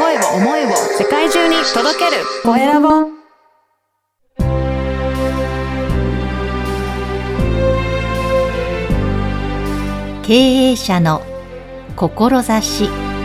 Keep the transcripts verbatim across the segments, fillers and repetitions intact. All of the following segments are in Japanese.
声を思いを世界中に届けるコエラボ。 経営者の志。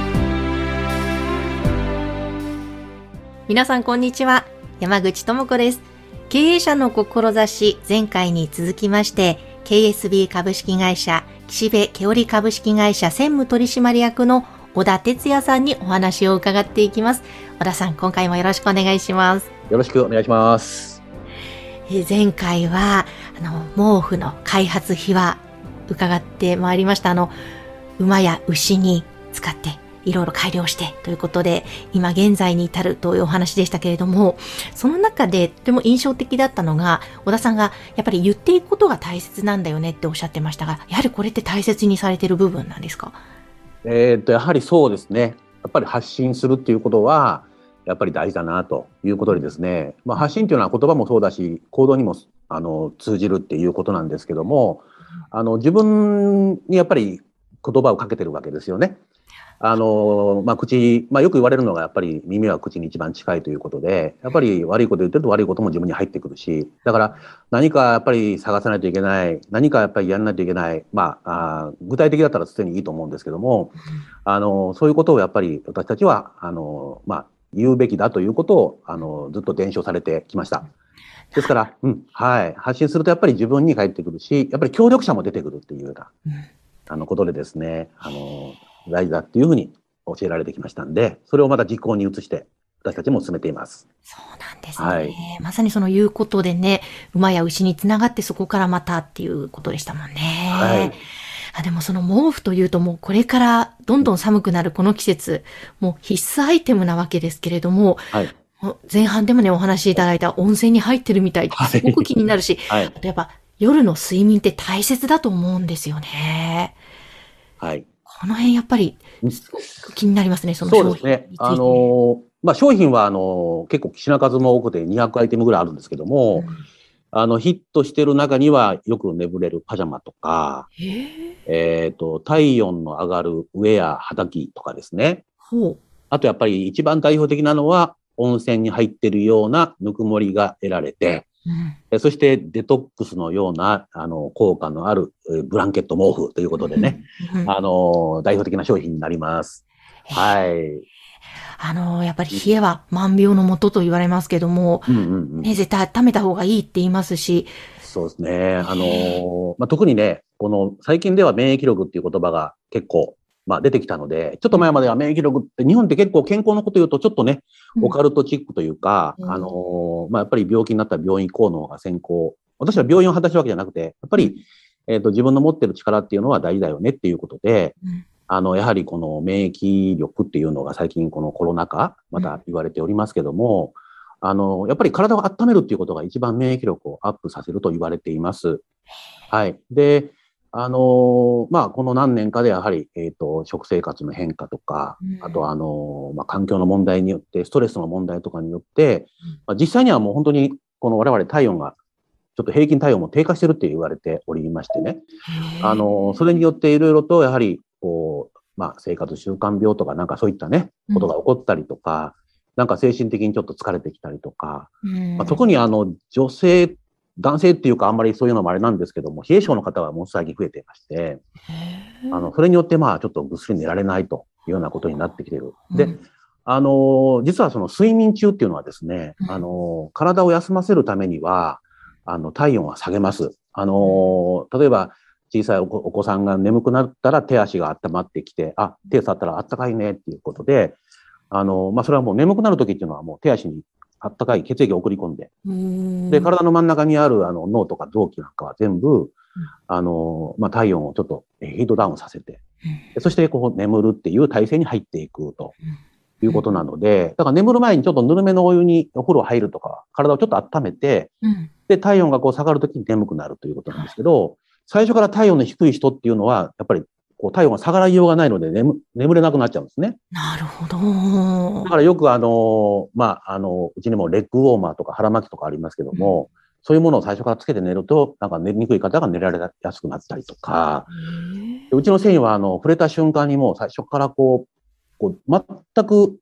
皆さんこんにちは、山口智子です。経営者の志、前回に続きまして ケーエスビー 株式会社岸辺ケオリ株式会社専務取締役の小田哲也さんにお話を伺っていきます。小田さん、今回もよろしくお願いします。 よろしくお願いします。 え前回はあの毛布の開発秘話伺ってまいりました。あの馬や牛に使っていろいろ改良してということで、今現在に至るというお話でしたけれども、その中でとても印象的だったのが、小田さんがやっぱり言っていくことが大切なんだよねっておっしゃってましたが、やはりこれって大切にされている部分なんですか？ えー、っとやはりそうですね。やっぱり発信するっていうことはやっぱり大事だなということでですね、まあ、発信というのは言葉もそうだし行動にもあの通じるっていうことなんですけども、あの自分にやっぱり言葉をかけてるわけですよね。あのまあ、口、まあ、よく言われるのがやっぱり耳は口に一番近いということで、やっぱり悪いこと言ってると悪いことも自分に入ってくるし、だから何かやっぱり探さないといけない、何かやっぱりやらないといけない、まあ、あ具体的だったらすでにいいと思うんですけども、あのそういうことをやっぱり私たちはあの、まあ、言うべきだということをあのずっと伝承されてきました。ですから、うんはい、発信するとやっぱり自分に返ってくるし、やっぱり協力者も出てくるっていうような、うん、あのことでですね、あの大事だっていうふうに教えられてきましたんで、それをまた実行に移して私たちも進めています。 そうなんですね、はい、まさにその言うことでね、馬や牛につながってそこからまたっていうことでしたもんね。はい。あでもその毛布というともうこれからどんどん寒くなるこの季節、もう必須アイテムなわけですけれども、はい、前半でもねお話しいただいた温泉に入ってるみたいってすごく気になるし、はい、あとやっぱ夜の睡眠って大切だと思うんですよね。 はい。 この辺やっぱりすごく気になりますね、その商品について。 そうですね。あの、まあ、商品はあの結構品数も多くてにひゃくアイテムぐらいあるんですけども、うん、あのヒットしてる中にはよく眠れるパジャマとか、えっと、体温の上がるウェア、肌着とかですね。ほう。あとやっぱり一番代表的なのは温泉に入ってるようなぬくもりが得られて、うん、そしてデトックスのようなあの効果のあるブランケット毛布ということでね、うんうん、あの代表的な商品になります。はい。 あのやっぱり冷えは万病のもとと言われますけども、うんうんうんね、絶対温めた方がいいって言いますし。 そうですね。あのまあ、特にね、この最近では免疫力っていう言葉が結構まあ出てきたので、ちょっと前までは免疫力って、日本って結構健康のこと言うとちょっとね、オカルトチックというか、うん、あの、まあやっぱり病気になったら病院行こうの方が先行。私は病院を果たしたわけじゃなくて、やっぱり、えっと、自分の持ってる力っていうのは大事だよねっていうことで、うん、あの、やはりこの免疫力っていうのが最近このコロナ禍、また言われておりますけども、うん、あの、やっぱり体を温めるっていうことが一番免疫力をアップさせると言われています。はい。で、あのー、まあ、この何年かでやはり、えっと、食生活の変化とか、うん、あとあのー、まあ、環境の問題によって、ストレスの問題とかによって、うん、まあ、実際にはもう本当に、この我々体温が、ちょっと平均体温も低下してるって言われておりましてね。あのー、それによっていろいろと、やはり、こう、まあ、生活習慣病とか、なんかそういったね、ことが起こったりとか、うん、なんか精神的にちょっと疲れてきたりとか、うんまあ、特にあの、女性、男性っていうかあんまりそういうのもあれなんですけども、冷え性の方はもう最近増えていまして、あの、それによってまあちょっとぐっすり寝られないというようなことになってきている。うん、で、あの、実はその睡眠中っていうのはですね、うん、あの、体を休ませるためには、あの、体温は下げます。あの、例えば小さいお子さんが眠くなったら手足が温まってきて、あ、手触ったらあったかいねっていうことで、あの、まあ、それはもう眠くなるときっていうのはもう手足にあったかい血液を送り込んで、んで、体の真ん中にあるあの脳とか臓器なんかは全部、うん、あの、まあ、体温をちょっとヒートダウンさせて、うん、そしてこう眠るっていう体勢に入っていくということなので、だから眠る前にちょっとぬるめのお湯にお風呂入るとか、体をちょっと温めて、うん、で、体温がこう下がるときに眠くなるということなんですけど、最初から体温の低い人っていうのは、やっぱりこう体温が下がらようがないので眠、眠れなくなっちゃうんですね。 なるほど。 だからよくあの、まあ、あの、うちにもレッグウォーマーとか腹巻きとかありますけども、うん、そういうものを最初からつけて寝ると、なんか寝にくい方が寝られやすくなったりとか、うちの繊維はあの、触れた瞬間にもう最初からこう、こう全く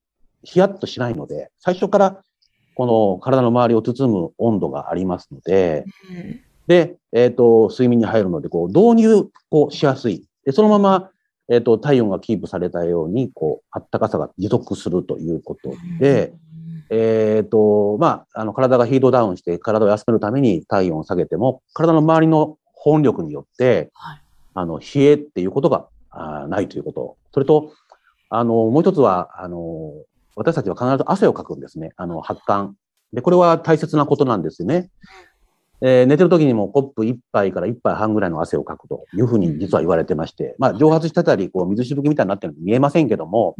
ヒヤッとしないので、最初からこの体の周りを包む温度がありますので、うん、で、えっと、睡眠に入るので、こう、導入をしやすい。で、そのまま、えっと、体温がキープされたように、こう、暖かさが持続するということで、うんえっと、まあ、あの、体がヒートダウンして体を休めるために体温を下げても、体の周りの保温力によって、はい、あの、冷えっていうことがあないということ。それと、あの、もう一つは、あの、私たちは必ず汗をかくんですね。あの、発汗。で、これは大切なことなんですね。えー、寝てる時にもコップ一杯から一杯半ぐらいの汗をかくというふうに実は言われてまして、まあ蒸発してたり、こう水しぶきみたいになってるの見えませんけども、うん、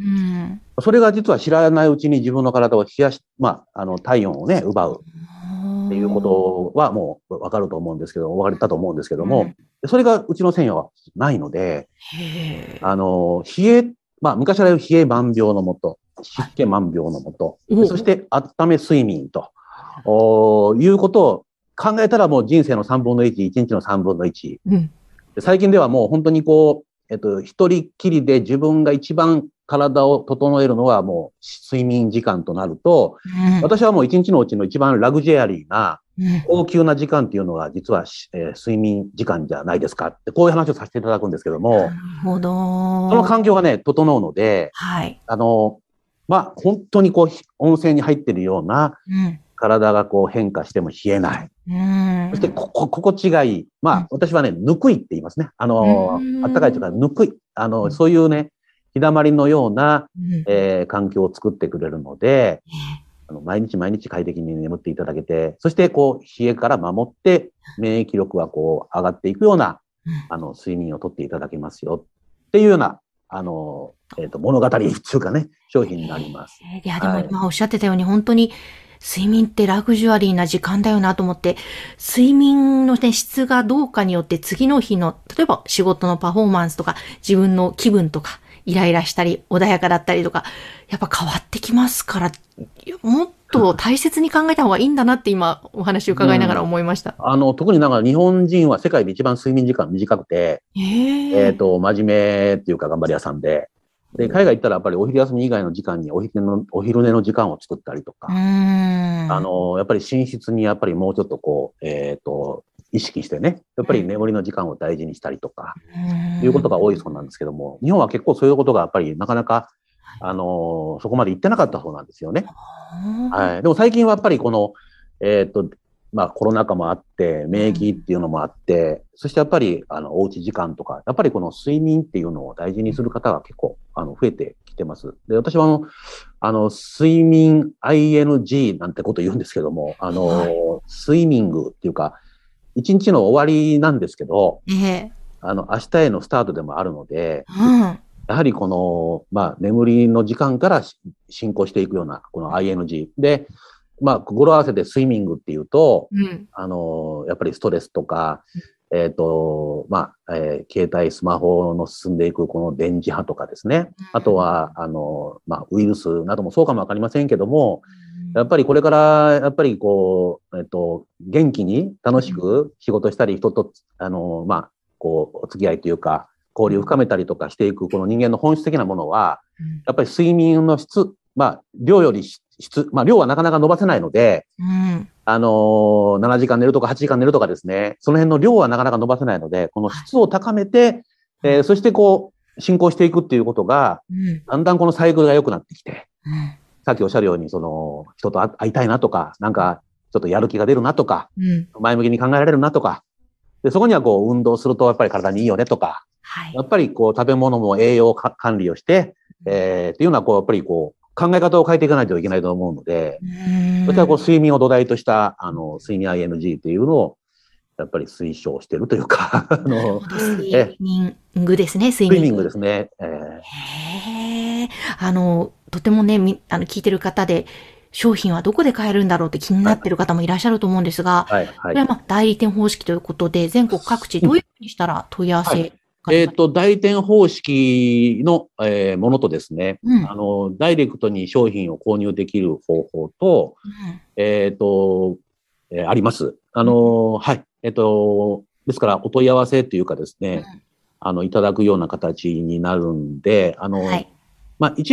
それが実は知らないうちに自分の体を冷やし、まあ、あの体温をね、奪うっていうことはもうわかると思うんですけど、わかったと思うんですけども、うん、それがうちの線はないので、あの、冷え、まあ昔から言う冷え万病のもと、湿気万病のもと、そして温め睡眠ということを考えたらもう人生のさんぶんのいち、いちにちのさんぶんのいち。うん、最近ではもう本当にこう、えっと、一人きりで自分が一番体を整えるのはもう睡眠時間となると、うん、私はもう一日のうちの一番ラグジュアリーな、高級な時間っていうのが実は、えー、睡眠時間じゃないですかって、こういう話をさせていただくんですけども、なるほど。その環境がね、整うので、はい、あの、まあ、本当にこう、温泉に入ってるような、うん体がこう変化しても冷えない。うんそしてこ、こ、心地がいい。まあ、私はね、ぬくいって言いますね。あの、あったかいというか、ぬくい。あの、そういうね、日だまりのような、えー、環境を作ってくれるので、あの毎日毎日快適に眠っていただけて、そしてこう、冷えから守って、免疫力がこう、上がっていくような、あの、睡眠をとっていただけますよ。っていうような、あの、えっと、物語っていうかね、商品になります。 いや、でも今おっしゃってたように、本当に、睡眠ってラグジュアリーな時間だよなと思って、睡眠の、ね、質がどうかによって次の日の、例えば仕事のパフォーマンスとか、自分の気分とか、イライラしたり、穏やかだったりとか、やっぱ変わってきますから、もっと大切に考えた方がいいんだなって今、お話を伺いながら思いました。 うん、あの、特になんか日本人は世界で一番睡眠時間短くて、えっと、真面目っていうか頑張り屋さんで、で、海外行ったらやっぱりお昼休み以外の時間にお昼寝の、お昼寝の時間を作ったりとか、あの、やっぱり寝室にやっぱりもうちょっとこう、えっと、意識してね、やっぱり眠りの時間を大事にしたりとか、いうことが多いそうなんですけども、日本は結構そういうことがやっぱりなかなか、あの、そこまで行ってなかったそうなんですよね。はい。でも最近はやっぱりこの、えっと、まあコロナ禍もあって、免疫っていうのもあって、そしてやっぱり、あの、おうち時間とか、やっぱりこの睡眠っていうのを大事にする方が結構、あの、増えてきてます。で、私はあの、あの、睡眠 アイエヌジー なんてこと言うんですけども、あの、はい、スイミングっていうか、一日の終わりなんですけど、ええ、あの、明日へのスタートでもあるので、うん、やはりこの、まあ、眠りの時間から進行していくような、この アイエヌジー。で、まあ、語呂合わせでスイミングっていうと、うん、あの、やっぱりストレスとか、うん、えっと、まあ、えー、携帯、スマホの進んでいくこの電磁波とかですね。うん、あとは、あの、まあ、ウイルスなどもそうかもわかりませんけども、うん、やっぱりこれから、やっぱりこう、えっと、元気に楽しく仕事したり、人と、あの、まあ、こう、お付き合いというか、交流を深めたりとかしていく、この人間の本質的なものは、やっぱり睡眠の質、まあ、量より質、まあ、量はなかなか伸ばせないので、うん、あのー、しちじかん寝るとかはちじかん寝るとかですね、その辺の量はなかなか伸ばせないので、この質を高めて、えー、そしてこう、進行していくっていうことが、うん、だんだんこのサイクルが良くなってきて、うん、さっきおっしゃるように、その、人と会いたいなとか、なんか、ちょっとやる気が出るなとか、うん、前向きに考えられるなとか、で、そこにはこう、運動するとやっぱり体にいいよねとか、はい、やっぱりこう、食べ物も栄養管理をして、えー、っていうのはこう、やっぱりこう、考え方を変えていかないといけないと思うので、それからこう睡眠を土台とした、あの、睡眠 アイエヌジー っていうのを、やっぱり推奨してるというか、あの、 睡眠具ですね、 睡眠。睡眠具ですね。えー、へー。あの、とてもね、み、あの、聞いてる方で、商品はどこで買えるんだろうって気になってる方もいらっしゃると思うんですが、はい、はい。これはまあ、代理店方式ということで、全国各地どういうふうにしたら問い合わせ、はいえっ、ー、と、代理店方式の、えー、ものとですね、うん、あの、ダイレクトに商品を購入できる方法と、うん、えっ、ー、と、えー、あります。あの、うん、はい。えっ、ー、と、ですから、お問い合わせというかですね、うん、あの、いただくような形になるんで、あの、はい、まあ、一部、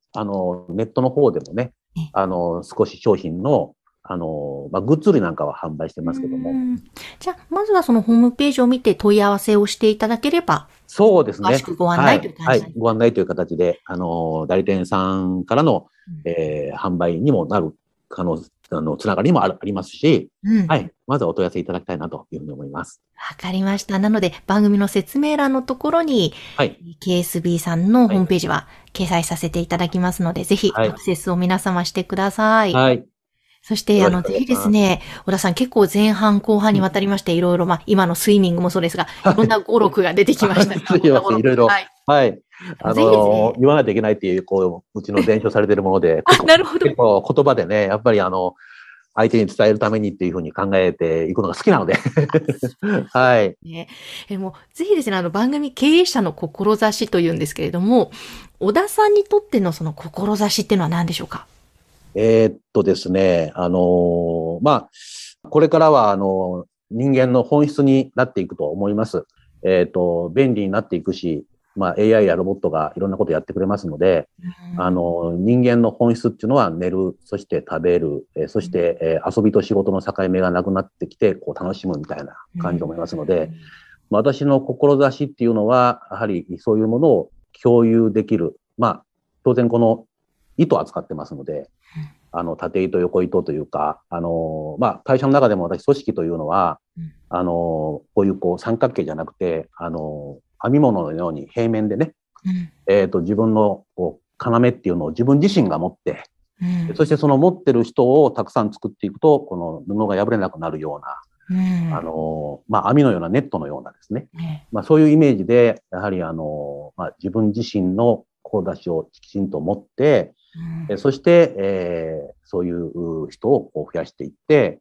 あの、ネットの方でもね、あの、少し商品の、あの、まあ、グッズ類なんかは販売してますけども。 じゃあ、まずはそのホームページを見て問い合わせをしていただければ、 そうですね。 詳しくご案内という感じ、 はい、はい。ご案内という形で、あの、代理店さんからの、うん、えー、販売にもなる可能、あの、つながりもあるありますし、うん、はい。まずはお問い合わせいただきたいなというふうに思います。 わかりました。なので、番組の説明欄のところに、はい、ケーエスビー さんのホームページは掲載させていただきますので、はい、ぜひアクセスを皆様してください。はい。そして、あの、ぜひですね、小田さん結構前半後半にわたりまして、いろいろ、まあ、今のスイミングもそうですが、いろんな語録が出てきましたが。いろいろ。はい。はい。あの、言わないといけないっていう、こう、うちの伝承されているもので。 あ、なるほど。 結構言葉でね、やっぱりあの、相手に伝えるためにっていうふうに考えていくのが好きなので。はい。 ね、えもうぜひですね、あの番組経営者の志というんですけれども、小田さんにとってのその志っていうのは何でしょうか？ えー、っとですね、あのー、まあ、これからは、あの、人間の本質になっていくと思います。えー、っと、便利になっていくし、まあ、エーアイ やロボットがいろんなことやってくれますので、あの、人間の本質っていうのは寝る、そして食べる、えー、そして、えー、遊びと仕事の境目がなくなってきて、こう楽しむみたいな感じと思いますので、私の志っていうのは、やはりそういうものを共有できる。まあ、当然この糸を扱ってますので、あの、縦糸、横糸というか、あの、まあ、会社の中でも私、組織というのは、あの、こういうこう三角形じゃなくて、あの、編み物のように平面でね、うん、えっと、自分のこう要っていうのを自分自身が持って、うん、そしてその持ってる人をたくさん作っていくと、この布が破れなくなるような、うん、あの、まあ、網のようなネットのようなですね、うん、まあ、そういうイメージで、やはりあの、まあ、自分自身の志をきちんと持って、うん、そして、えー、そういう人をこう増やしていって、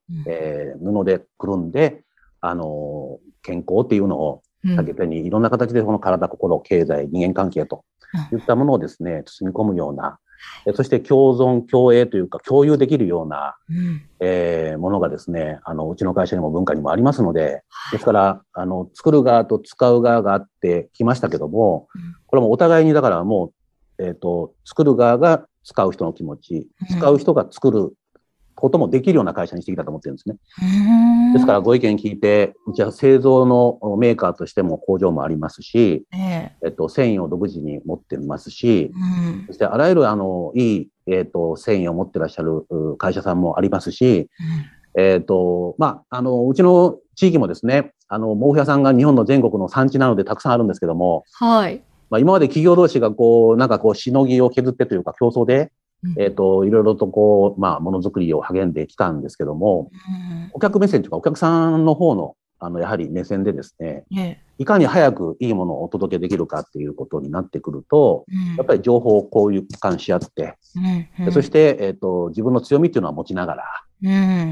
うん、えー、布でくるんで、あの、健康っていうのを避けてに、いろんな形でこの体、心、経済、人間関係といったものをですね、包み込むような、うん、そして共存、共栄というか共有できるような、うん、えー、ものがですね、あの、うちの会社にも文化にもありますので、ですから、あの、作る側と使う側があってきましたけども、うん、これもお互いにだからもう、えっと、作る側が使う人の気持ち、使う人が作ることもできるような会社にしてきたと思ってるんですね。ですからご意見聞いて、うちは製造のメーカーとしても工場もありますし、えー、えっと、繊維を独自に持ってますし、うん、そしてあらゆるあの、いい、えっと、繊維を持ってらっしゃる会社さんもありますし、うん、えっと、まあ、あの、うちの地域もですね、あの、毛布屋さんが日本の全国の産地なのでたくさんあるんですけども、はい。まあ、今まで企業同士がこう、なんかこう、しのぎを削ってというか競争で、えっと、いろいろとこう、まあ、ものづくりを励んできたんですけども、うん、お客目線というか、お客さんの方の、あの、やはり目線でですね、ねいかに早くいいものをお届けできるかっていうことになってくると、うん、やっぱり情報を交換し合って、うんうん、そして、えっと、自分の強みっていうのは持ちながら、うん、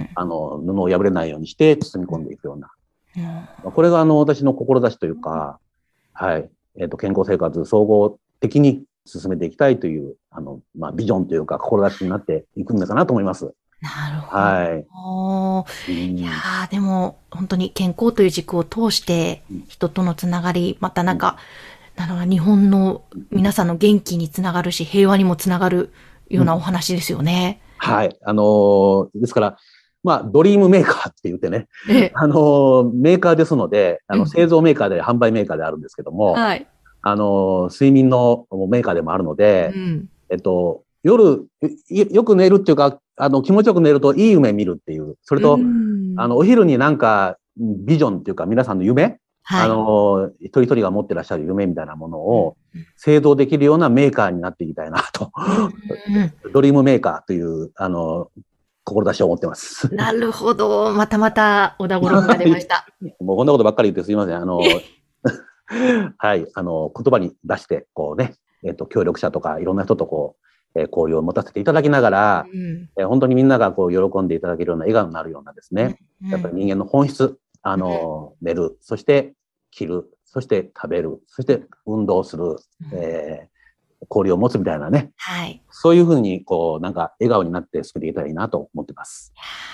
あの、布を破れないようにして包み込んでいくような。うん、これが、あの、私の志というか、はい、えっと、健康生活総合的に進めていきたいという、あの、まあ、ビジョンというか、志になっていくんだかなと思います。 なるほど。はい。いやー、でも、本当に健康という軸を通して、人とのつながり、またなんか、うん、なのは日本の皆さんの元気につながるし、平和にもつながるようなお話ですよね。 うん、はい。あのー、ですから、まあ、ドリームメーカーって言ってね、えあのー、メーカーですので、あの、製造メーカーで、うん、販売メーカーであるんですけども、はい。あの、睡眠のメーカーでもあるので、うん、えっと、夜、よく寝るっていうか、あの、気持ちよく寝るといい夢見るっていう。それと、うん、あの、お昼になんか、ビジョンっていうか、皆さんの夢、はい、あの、一人一人が持ってらっしゃる夢みたいなものを製造できるようなメーカーになっていきたいなと。うん、ドリームメーカーという、あの、志を持ってます。 なるほど。またまた、小田五が出ました。 もうこんなことばっかり言ってすいません。あの、はい、あの、言葉に出して、こうね、えっと、協力者とかいろんな人とこう、えー、交流を持たせていただきながら、うん、えー、本当にみんながこう、喜んでいただけるような笑顔になるようなですね、うん、やっぱり人間の本質、あの、うん、寝る、そして着る、そして食べる、そして運動する、うん、えー、交流を持つみたいなね、はい、そういうふうに、こう、なんか笑顔になって作っていけたらいいなと思ってます。 わ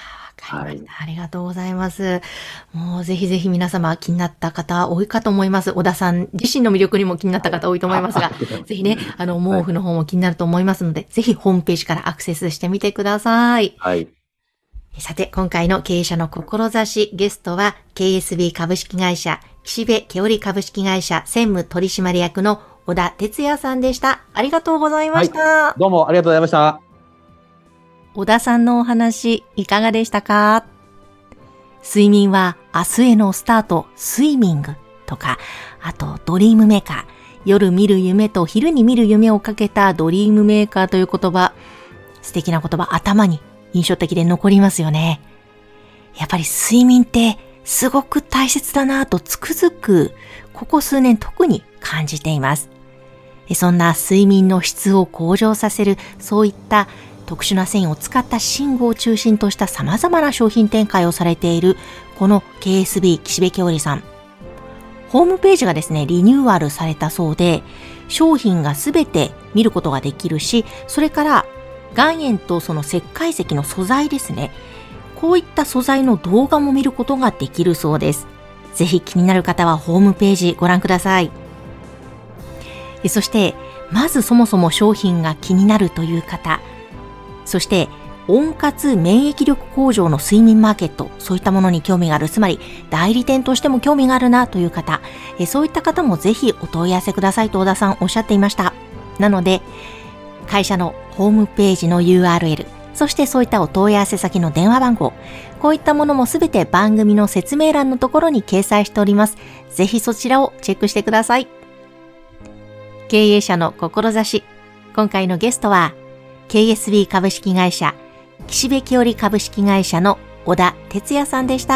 かりました。はい、ありがとうございます。もうぜひぜひ皆様気になった方多いかと思います。小田さん自身の魅力にも気になった方多いと思いますが、ぜひね、あの、毛布の方も気になると思いますので、はい、ぜひホームページからアクセスしてみてください。 はい。 さて、今回の経営者の志、ゲストは ケーエスビー 株式会社、岸辺ケオリ株式会社専務取締役の小田哲也さんでした。ありがとうございました。 はい、どうもありがとうございました。 小田さんのお話、いかがでしたか？睡眠は明日へのスタート、スイミングとか、あとドリームメーカー、夜見る夢と昼に見る夢をかけたドリームメーカーという言葉、素敵な言葉頭に印象的で残りますよね。やっぱり睡眠ってすごく大切だなぁとつくづく、ここ数年特に感じています。そんな睡眠の質を向上させる、そういった特殊な繊維を使った寝具を中心とした様々な商品展開をされているこの ケーエスビー 岸辺ケオリさん。ホームページがですね、リニューアルされたそうで、商品がすべて見ることができるし、それから岩塩とその石灰石の素材ですね。こういった素材の動画も見ることができるそうです。ぜひ気になる方はホームページご覧ください。そして、まずそもそも商品が気になるという方、そして、温活免疫力向上の睡眠マーケット、そういったものに興味がある、つまり代理店としても興味があるなという方、そういった方もぜひお問い合わせくださいと小田さんおっしゃっていました。なので、会社のホームページの ユーアールエル、そしてそういったお問い合わせ先の電話番号、こういったものもすべて番組の説明欄のところに掲載しております。ぜひそちらをチェックしてください。経営者の志。今回のゲストは、ケーエスビー 株式会社、岸辺ケオリ株式会社の小田哲也さんでした。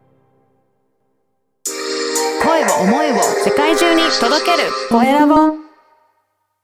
声を思いを世界中に届けるコエラボ。